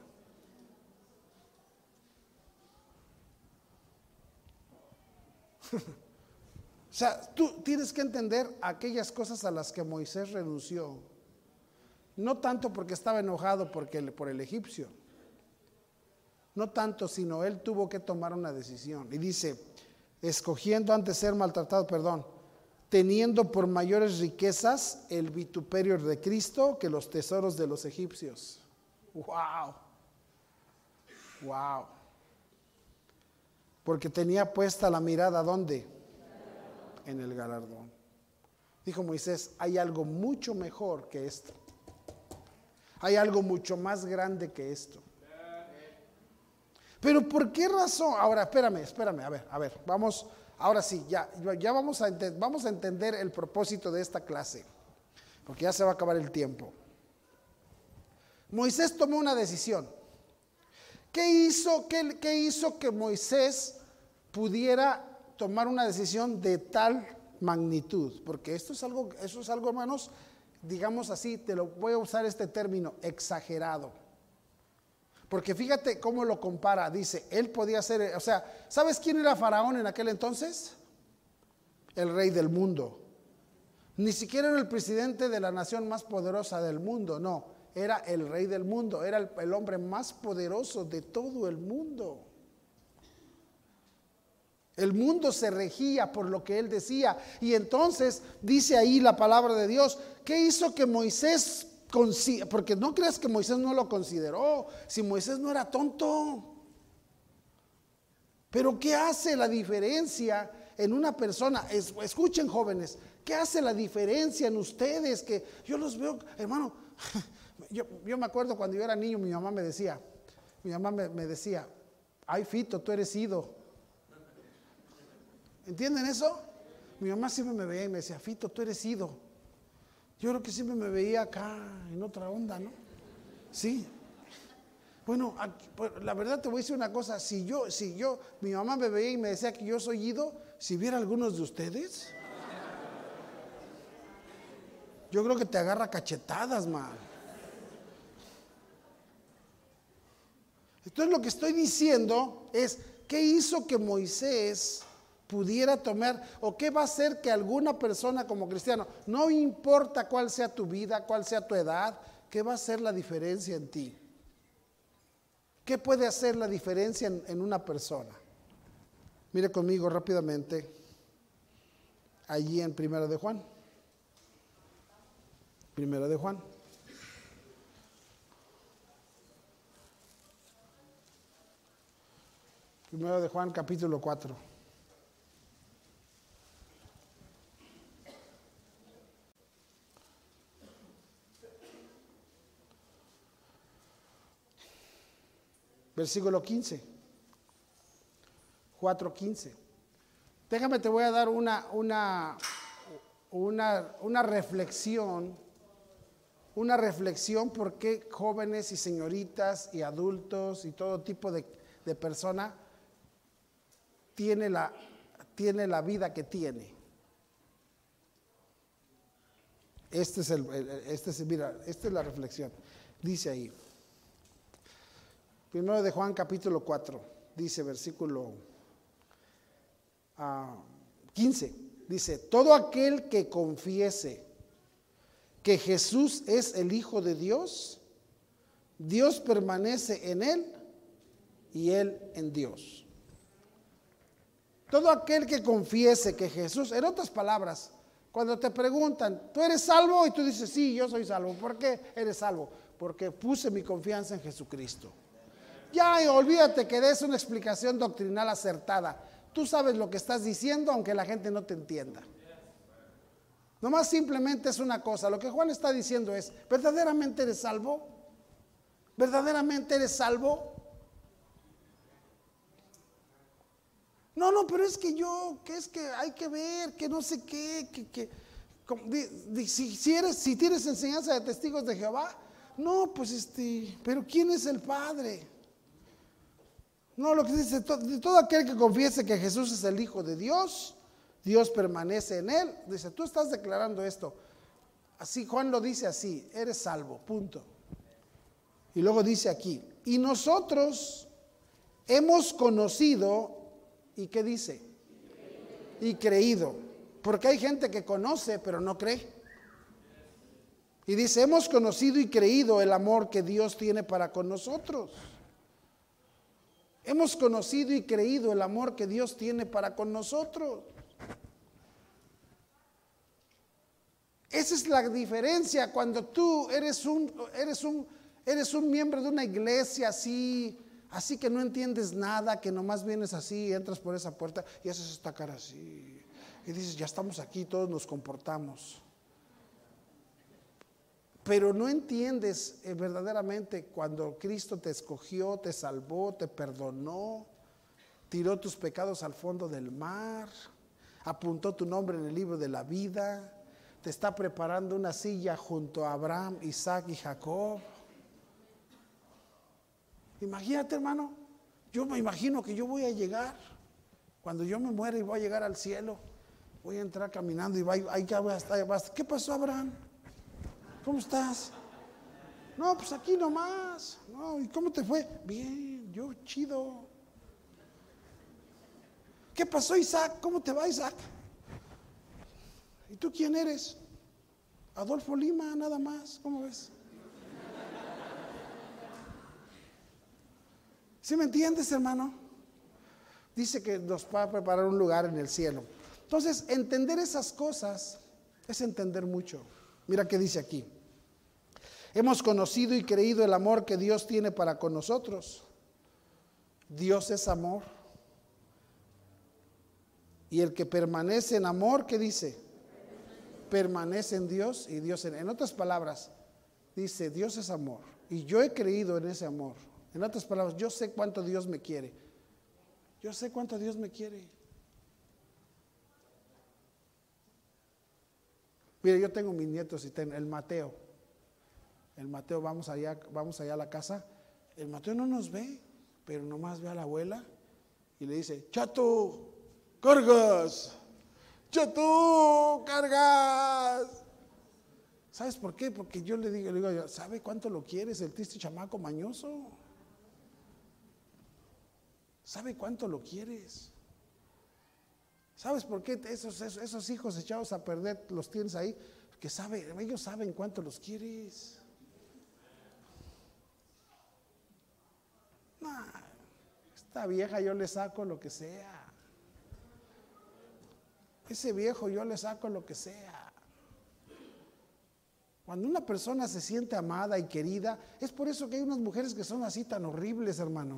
sea, tú tienes que entender aquellas cosas a las que Moisés renunció. No tanto porque estaba enojado por el egipcio. No tanto, sino él tuvo que tomar una decisión. Y dice, escogiendo antes ser maltratado, teniendo por mayores riquezas el vituperio de Cristo que los tesoros de los egipcios. Wow. Wow. Porque tenía puesta la mirada, ¿dónde? En el galardón. Dijo Moisés, hay algo mucho mejor que esto. Hay algo mucho más grande que esto. Pero ¿por qué razón? Ahora, espérame, a ver, vamos, ahora sí, ya vamos a entender el propósito de esta clase, porque ya se va a acabar el tiempo. Moisés tomó una decisión. ¿Qué hizo que Moisés pudiera tomar una decisión de tal magnitud? Porque eso es algo, hermanos, digamos así, te lo voy a usar este término, exagerado. Porque fíjate cómo lo compara, dice, él podía ser, o sea, ¿sabes quién era Faraón en aquel entonces? El rey del mundo. Ni siquiera era el presidente de la nación más poderosa del mundo, no, era el rey del mundo, era el hombre más poderoso de todo el mundo. El mundo se regía por lo que él decía. Y entonces dice ahí la palabra de Dios, ¿qué hizo que Moisés, porque no creas que Moisés no lo consideró, si Moisés no era tonto? Pero ¿qué hace la diferencia en una persona? Escuchen, jóvenes, ¿qué hace la diferencia en ustedes? Que yo los veo, hermano, yo me acuerdo cuando yo era niño, mi mamá me decía, ay, Fito, tú eres ido. ¿Entienden eso? Mi mamá siempre me veía y me decía, Fito, tú eres ido. Yo creo que siempre me veía acá en otra onda, ¿no? Sí. Bueno, la verdad te voy a decir una cosa, si mi mamá me veía y me decía que yo soy ido, si viera algunos de ustedes, yo creo que te agarra cachetadas, man. Entonces lo que estoy diciendo es, ¿qué hizo que Moisés pudiera tomar, o qué va a hacer que alguna persona como cristiano, no importa cuál sea tu vida, cuál sea tu edad, qué va a hacer la diferencia en ti? ¿Qué puede hacer la diferencia en una persona? Mire conmigo rápidamente allí en Primera de Juan. Primera de Juan. Primera de Juan, capítulo 4. Versículo 15. 4:15. Déjame, te voy a dar una reflexión. Una reflexión por qué jóvenes y señoritas y adultos y todo tipo de persona tiene la vida que tiene. Esta es la reflexión. Dice ahí. Primero de Juan capítulo 4, dice versículo 15, dice, todo aquel que confiese que Jesús es el Hijo de Dios, Dios permanece en él y él en Dios. Todo aquel que confiese que Jesús, en otras palabras, cuando te preguntan, ¿tú eres salvo? Y tú dices, sí, yo soy salvo. ¿Por qué eres salvo? Porque puse mi confianza en Jesucristo. Ya, olvídate que des una explicación doctrinal acertada. Tú sabes lo que estás diciendo, aunque la gente no te entienda. Nomás simplemente es una cosa. Lo que Juan está diciendo es, ¿verdaderamente eres salvo? ¿Verdaderamente eres salvo? No, pero es que es que hay que ver, que no sé qué, si tienes enseñanza de testigos de Jehová, no, pues pero ¿quién es el Padre? No, lo que dice, todo aquel que confiese que Jesús es el Hijo de Dios, Dios permanece en él. Dice, tú estás declarando esto. Así, Juan lo dice así, eres salvo, punto. Y luego dice aquí, y nosotros hemos conocido, ¿y qué dice? Y creído. Porque hay gente que conoce pero no cree. Y dice, hemos conocido y creído el amor que Dios tiene para con nosotros. Hemos conocido y creído el amor que Dios tiene para con nosotros. Esa es la diferencia cuando tú eres un miembro de una iglesia así que no entiendes nada, que nomás vienes así, entras por esa puerta y haces esta cara así. Y dices, ya estamos aquí, todos nos comportamos. Pero no entiendes verdaderamente cuando Cristo te escogió, te salvó, te perdonó, tiró tus pecados al fondo del mar, apuntó tu nombre en el libro de la vida, te está preparando una silla junto a Abraham, Isaac y Jacob. Imagínate, hermano, yo me imagino que yo voy a llegar, cuando yo me muera y voy a llegar al cielo, voy a entrar caminando y ahí voy a estar. ¿Qué pasó, Abraham? ¿Cómo estás? No, pues aquí nomás. No, ¿y cómo te fue? Bien, yo chido. ¿Qué pasó, Isaac? ¿Cómo te va, Isaac? ¿Y tú quién eres? Adolfo Lima, nada más. ¿Cómo ves? ¿Sí me entiendes, hermano? Dice que nos va a preparar un lugar en el cielo. Entonces, entender esas cosas es entender mucho. Mira qué dice aquí. Hemos conocido y creído el amor que Dios tiene para con nosotros. Dios es amor. Y el que permanece en amor, ¿qué dice? Permanece en Dios y Dios en él. En otras palabras, dice, Dios es amor. Y yo he creído en ese amor. En otras palabras, yo sé cuánto Dios me quiere. Yo sé cuánto Dios me quiere. Mire, yo tengo mis nietos y el Mateo. El Mateo, vamos allá a la casa. El Mateo no nos ve, pero nomás ve a la abuela y le dice, Chato, cargas. Chato, cargas. ¿Sabes por qué? Porque yo le digo, ¿sabe cuánto lo quieres el triste chamaco mañoso? ¿Sabe cuánto lo quieres? ¿Sabes por qué esos hijos echados a perder los tienes ahí? Porque ellos saben cuánto los quieres. No, esta vieja yo le saco lo que sea. Ese viejo yo le saco lo que sea. Cuando una persona se siente amada y querida, es por eso que hay unas mujeres que son así tan horribles, hermano.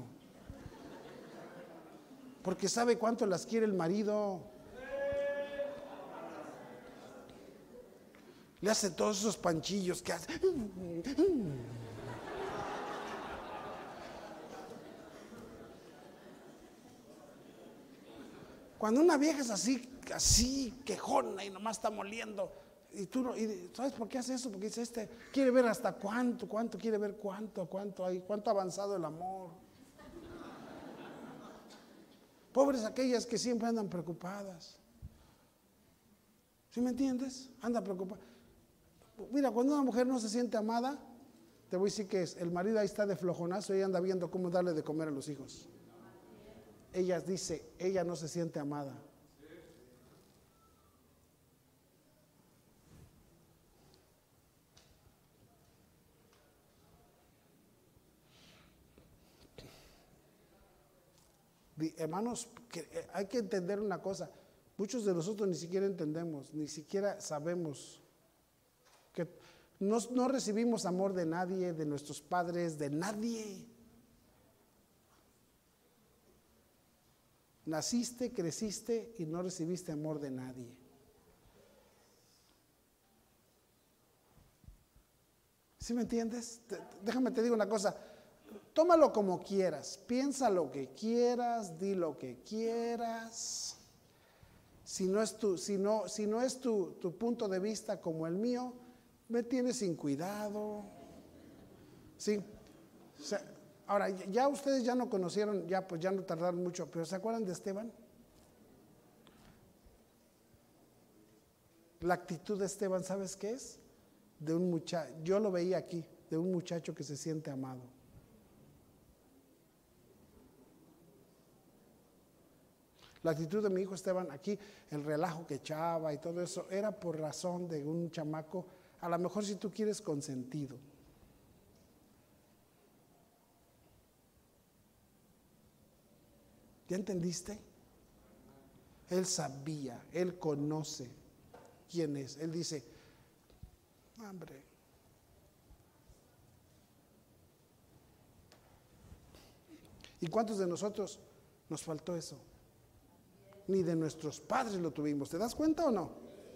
Porque sabe cuánto las quiere el marido. Le hace todos esos panchillos que hace. Cuando una vieja es así quejona y nomás está moliendo, y ¿sabes por qué hace eso? Porque dice, quiere ver hasta cuánto quiere ver cuánto ha avanzado el amor. Pobres aquellas que siempre andan preocupadas. ¿Sí me entiendes? Andan preocupadas. Mira, cuando una mujer no se siente amada, te voy a decir que el marido ahí está de flojonazo y anda viendo cómo darle de comer a los hijos. Ella dice, ella no se siente amada. Hermanos, hay que entender una cosa. Muchos de nosotros ni siquiera entendemos, ni siquiera sabemos que no recibimos amor de nadie, de nuestros padres, de nadie. Naciste, creciste y no recibiste amor de nadie. ¿Sí me entiendes? Déjame te digo una cosa. Tómalo como quieras, piensa lo que quieras, di lo que quieras. Si no es tu punto de vista como el mío, me tienes sin cuidado. Sí. O sea, ahora, ya ustedes ya no conocieron, pues ya no tardaron mucho, pero ¿se acuerdan de Esteban? La actitud de Esteban, ¿sabes qué es? De un muchacho, yo lo veía aquí, de un muchacho que se siente amado. La actitud de mi hijo Esteban aquí, el relajo que echaba y todo eso, era por razón de un chamaco, a lo mejor si tú quieres consentido. ¿Ya entendiste? Él sabía, él conoce quién es. Él dice, hombre, ¿y cuántos de nosotros nos faltó eso? Ni de nuestros padres lo tuvimos. ¿Te das cuenta o no?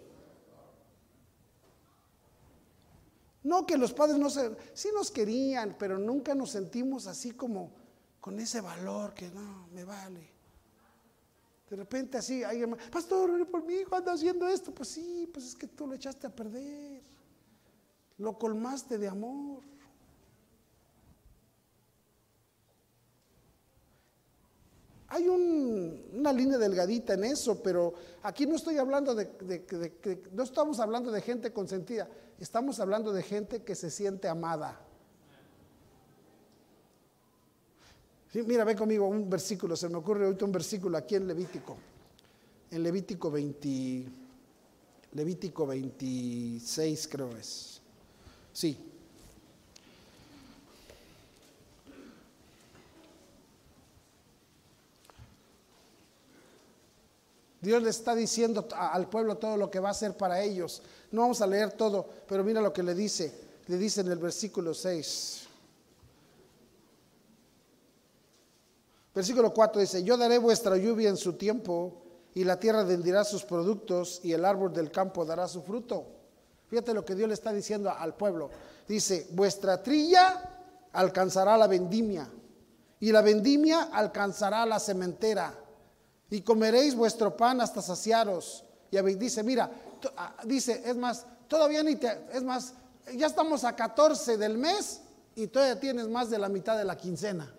No que los padres sí nos querían, pero nunca nos sentimos así como con ese valor que no, me vale. De repente así, hay hermano, pastor, ore por mi hijo, anda haciendo esto. Pues sí, pues es que tú lo echaste a perder. Lo colmaste de amor. Hay una línea delgadita en eso, pero aquí no estoy hablando no estamos hablando de gente consentida, estamos hablando de gente que se siente amada. Sí, mira, ve conmigo un versículo, se me ocurre ahorita un versículo aquí en Levítico 26 creo es. Sí. Dios le está diciendo al pueblo todo lo que va a hacer para ellos. No vamos a leer todo, pero mira lo que le dice. Le dice en el versículo 6. Versículo 4 dice, yo daré vuestra lluvia en su tiempo, y la tierra rendirá sus productos, y el árbol del campo dará su fruto. Fíjate lo que Dios le está diciendo al pueblo. Dice, vuestra trilla alcanzará la vendimia, y la vendimia alcanzará la sementera. Y comeréis vuestro pan hasta saciaros. Y dice, mira, dice, es más, todavía es más, ya estamos a 14 del mes y todavía tienes más de la mitad de la quincena.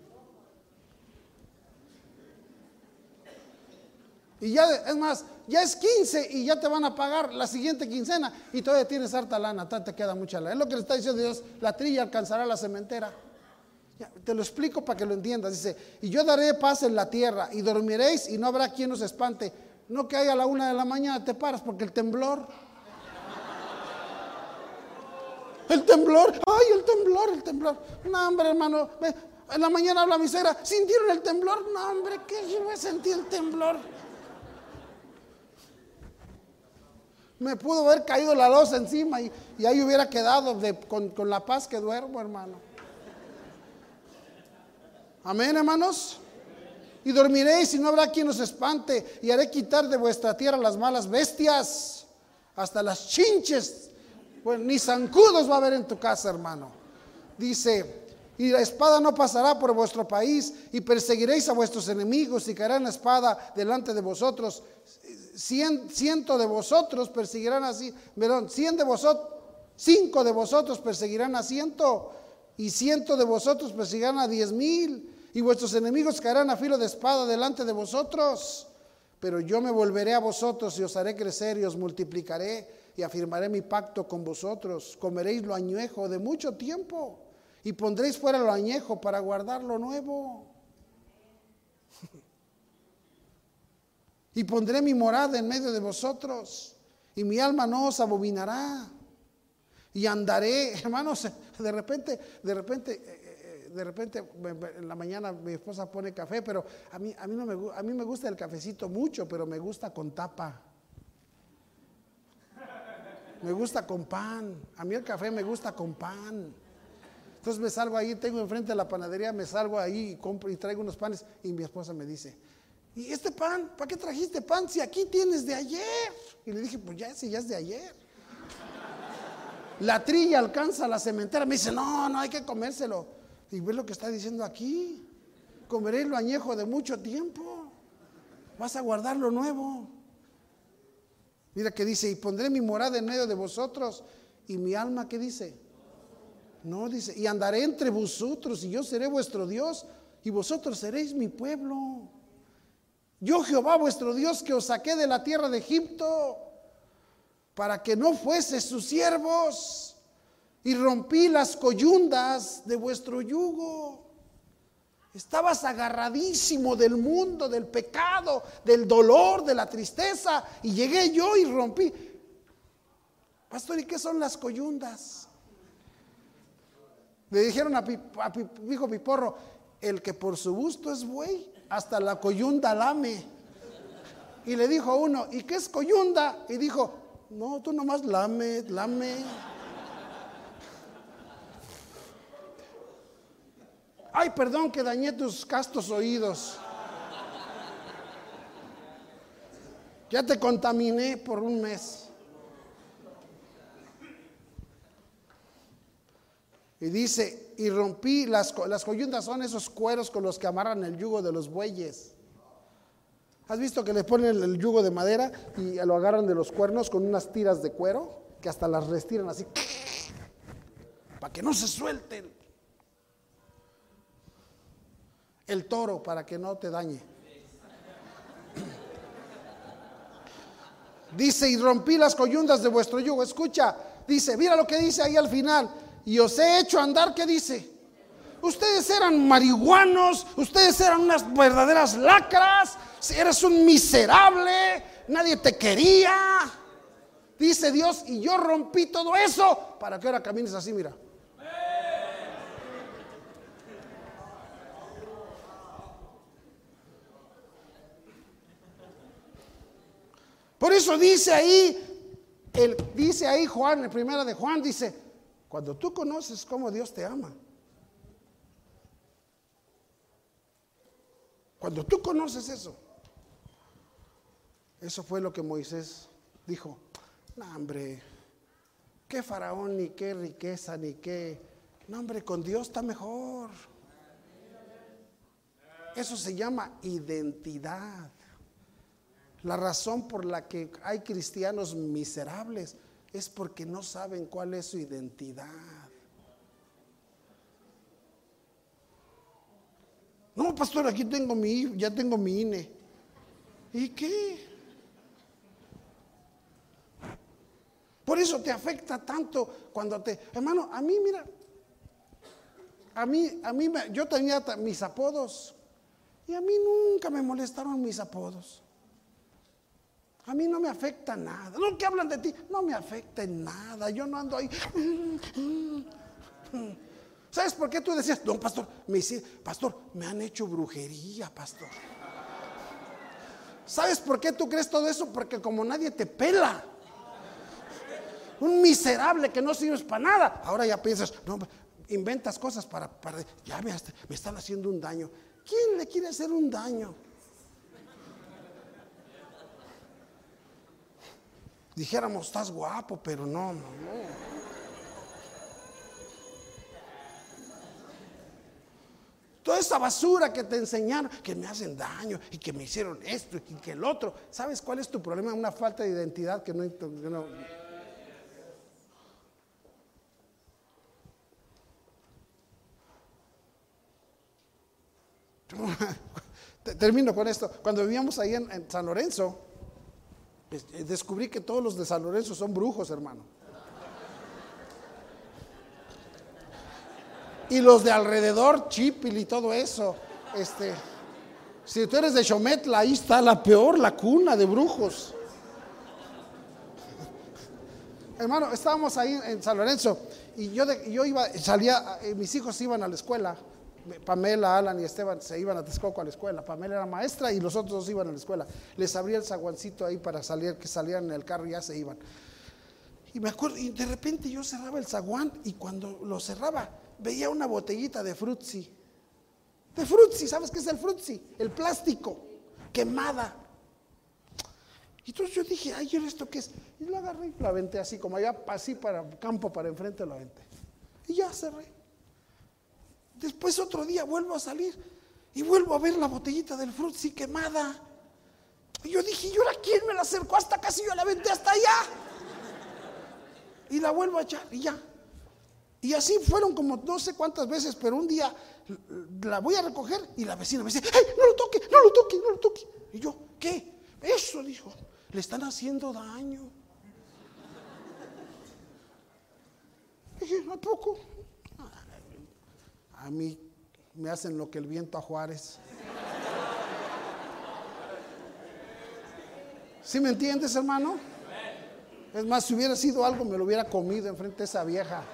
Y ya, es más, ya es 15 y ya te van a pagar la siguiente quincena y todavía tienes harta lana, te queda mucha lana. Es lo que le está diciendo Dios, la trilla alcanzará la sementera. Ya, te lo explico para que lo entiendas. Dice, y yo daré paz en la tierra y dormiréis y no habrá quien os espante. No que haya a la 1 de la mañana te paras porque el temblor. El temblor, ay, el temblor. No, hombre, hermano, en la mañana habla mi suegra, ¿sintieron el temblor? No, hombre, que yo me sentí el temblor. Me pudo haber caído la losa encima y ahí hubiera quedado con la paz que duermo, hermano. Amén, hermanos. Y dormiréis y no habrá quien os espante, y haré quitar de vuestra tierra las malas bestias, hasta las chinches. Bueno, ni zancudos va a haber en tu casa, hermano. Dice, y la espada no pasará por vuestro país, y perseguiréis a vuestros enemigos, y caerá la espada delante de vosotros. 100 de vosotros perseguirán así, perdón, 100 de vosotros, 5 de vosotros perseguirán a 100, y 100 de vosotros perseguirán a 10,000, y vuestros enemigos caerán a filo de espada delante de vosotros. Pero yo me volveré a vosotros y os haré crecer y os multiplicaré y afirmaré mi pacto con vosotros. Comeréis lo añejo de mucho tiempo y pondréis fuera lo añejo para guardar lo nuevo. Y pondré mi morada en medio de vosotros y mi alma no os abominará. Y andaré, hermanos, de repente en la mañana mi esposa pone café, pero a mí me gusta el cafecito mucho, pero me gusta con tapa. Me gusta con pan. A mí el café me gusta con pan. Entonces me salgo ahí, tengo enfrente de la panadería, me salgo ahí y compro y traigo unos panes y mi esposa me dice, ¿y este pan? ¿Para qué trajiste pan si aquí tienes de ayer? Y le dije, pues ya ese ya es de ayer. La trilla alcanza la sementera. Me dice, no hay que comérselo. Y ves lo que está diciendo aquí. Comeréis lo añejo de mucho tiempo. Vas a guardar lo nuevo. Mira que dice, y pondré mi morada en medio de vosotros. Y mi alma, ¿qué dice? No, dice, y andaré entre vosotros y yo seré vuestro Dios y vosotros seréis mi pueblo. Yo Jehová vuestro Dios que os saqué de la tierra de Egipto para que no fueseis sus siervos, y rompí las coyundas de vuestro yugo. Estabas agarradísimo del mundo, del pecado, del dolor, de la tristeza. Y llegué yo y rompí. Pastor, ¿y qué son las coyundas? Le dijeron a hijo Piporro, el que por su gusto es buey, hasta la coyunda lame. Y le dijo a uno, ¿y qué es coyunda? Y dijo, no, tú nomás lame. Ay, perdón que dañé tus castos oídos. Ya te contaminé por un mes. Y dice, y rompí, las coyundas son esos cueros con los que amarran el yugo de los bueyes. ¿Has visto que le ponen el yugo de madera y lo agarran de los cuernos con unas tiras de cuero que hasta las restiran así para que no se suelten? El toro para que no te dañe. Dice, y rompí las coyundas de vuestro yugo. Escucha, dice, mira lo que dice ahí al final. Y os he hecho andar, ¿qué dice? Ustedes eran marihuanos, ustedes eran unas verdaderas lacras, eres un miserable, nadie te quería. Dice Dios, y yo rompí todo eso para que ahora camines así, mira. Por eso dice ahí Juan, en primera de Juan, dice, cuando tú conoces cómo Dios te ama, cuando tú conoces eso fue lo que Moisés dijo, no hombre, qué faraón, ni qué riqueza, ni qué, no hombre, con Dios está mejor. Eso se llama identidad. La razón por la que hay cristianos miserables es porque no saben cuál es su identidad. No, pastor, aquí tengo ya tengo mi INE. ¿Y qué? Por eso te afecta tanto cuando hermano, a mí, mira, yo tenía mis apodos y a mí nunca me molestaron mis apodos. A mí no me afecta nada. Lo que hablan de ti no me afecta en nada. Yo no ando ahí. ¿Sabes por qué tú decías? No, pastor, pastor, me han hecho brujería, pastor. ¿Sabes por qué tú crees todo eso? Porque como nadie te pela, un miserable que no sirves para nada, ahora ya piensas, no, inventas cosas para ya me están haciendo un daño. ¿Quién le quiere hacer un daño? Dijéramos, estás guapo, pero no. Toda esa basura que te enseñaron, que me hacen daño y que me hicieron esto y que el otro. ¿Sabes cuál es tu problema? Una falta de identidad que no. Termino con esto. Cuando vivíamos ahí en San Lorenzo, descubrí que todos los de San Lorenzo son brujos, hermano. Y los de alrededor, Chipil y todo eso. Si tú eres de Xometla, ahí está la cuna de brujos. Hermano, estábamos ahí en San Lorenzo y salía, mis hijos iban a la escuela. Pamela, Alan y Esteban se iban a Texcoco a la escuela. Pamela era maestra y los otros dos iban a la escuela. Les abría el zaguancito ahí para salir, que salían en el carro y ya se iban. Y me acuerdo, y de repente yo cerraba el zaguán y cuando lo cerraba veía una botellita de frutzi. De frutzi, ¿sabes qué es el frutzi? El plástico, quemada. Y entonces yo dije, ay, ¿esto qué es? Y lo agarré y lo aventé así, como allá, así para campo, para enfrente lo aventé. Y ya cerré. Después otro día vuelvo a salir y vuelvo a ver la botellita del frutzi quemada. Y yo dije, ¿y ahora quién me la acercó hasta casi yo la aventé hasta allá? Y la vuelvo a echar y ya. Y así fueron como no sé cuántas veces, pero un día la voy a recoger y la vecina me dice, ¡ay, no lo toque, no lo toque, no lo toque! Y yo, ¿qué? Eso, dijo, le están haciendo daño. Y dije, ¿a poco? A mí, Me hacen lo que el viento a Juárez. ¿Sí me entiendes, hermano? Es más, si hubiera sido algo, me lo hubiera comido enfrente de esa vieja.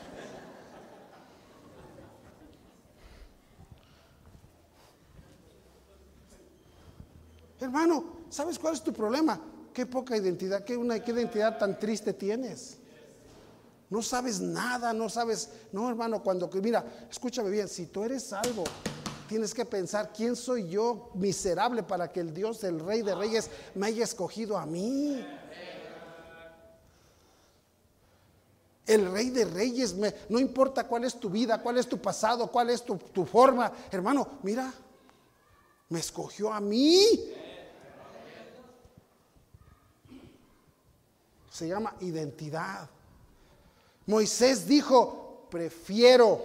Hermano, ¿sabes cuál es tu problema? Qué poca identidad, qué identidad tan triste tienes. No sabes nada, no sabes. No, hermano, mira, escúchame bien, si tú eres algo, tienes que pensar, ¿quién soy yo miserable para que el Dios, el Rey de Reyes, me haya escogido a mí? El Rey de Reyes, no importa cuál es tu vida, cuál es tu pasado, cuál es tu forma. Hermano, mira, me escogió a mí. Se llama identidad. Moisés dijo, prefiero.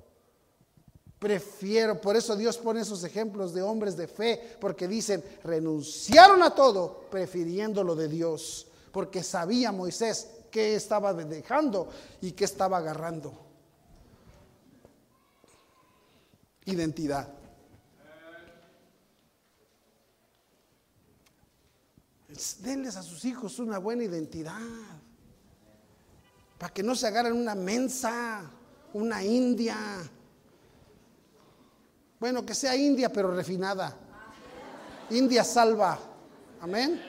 Por eso Dios pone esos ejemplos de hombres de fe, porque dicen, renunciaron a todo prefiriendo lo de Dios, porque sabía Moisés qué estaba dejando y qué estaba agarrando. Identidad. Denles a sus hijos una buena identidad, para que no se agarren una mensa, una india. Bueno, que sea india pero refinada. India salva. Amén.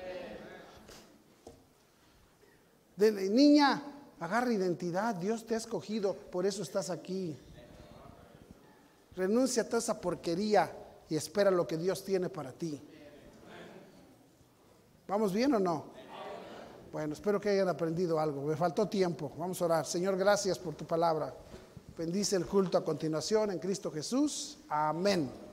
Niña, agarra identidad. Dios te ha escogido, por eso estás aquí. Renuncia a toda esa porquería y espera lo que Dios tiene para ti. ¿Vamos bien o no? Bueno, espero que hayan aprendido algo. Me faltó tiempo. Vamos a orar. Señor, gracias por tu palabra. Bendice el culto a continuación en Cristo Jesús. Amén.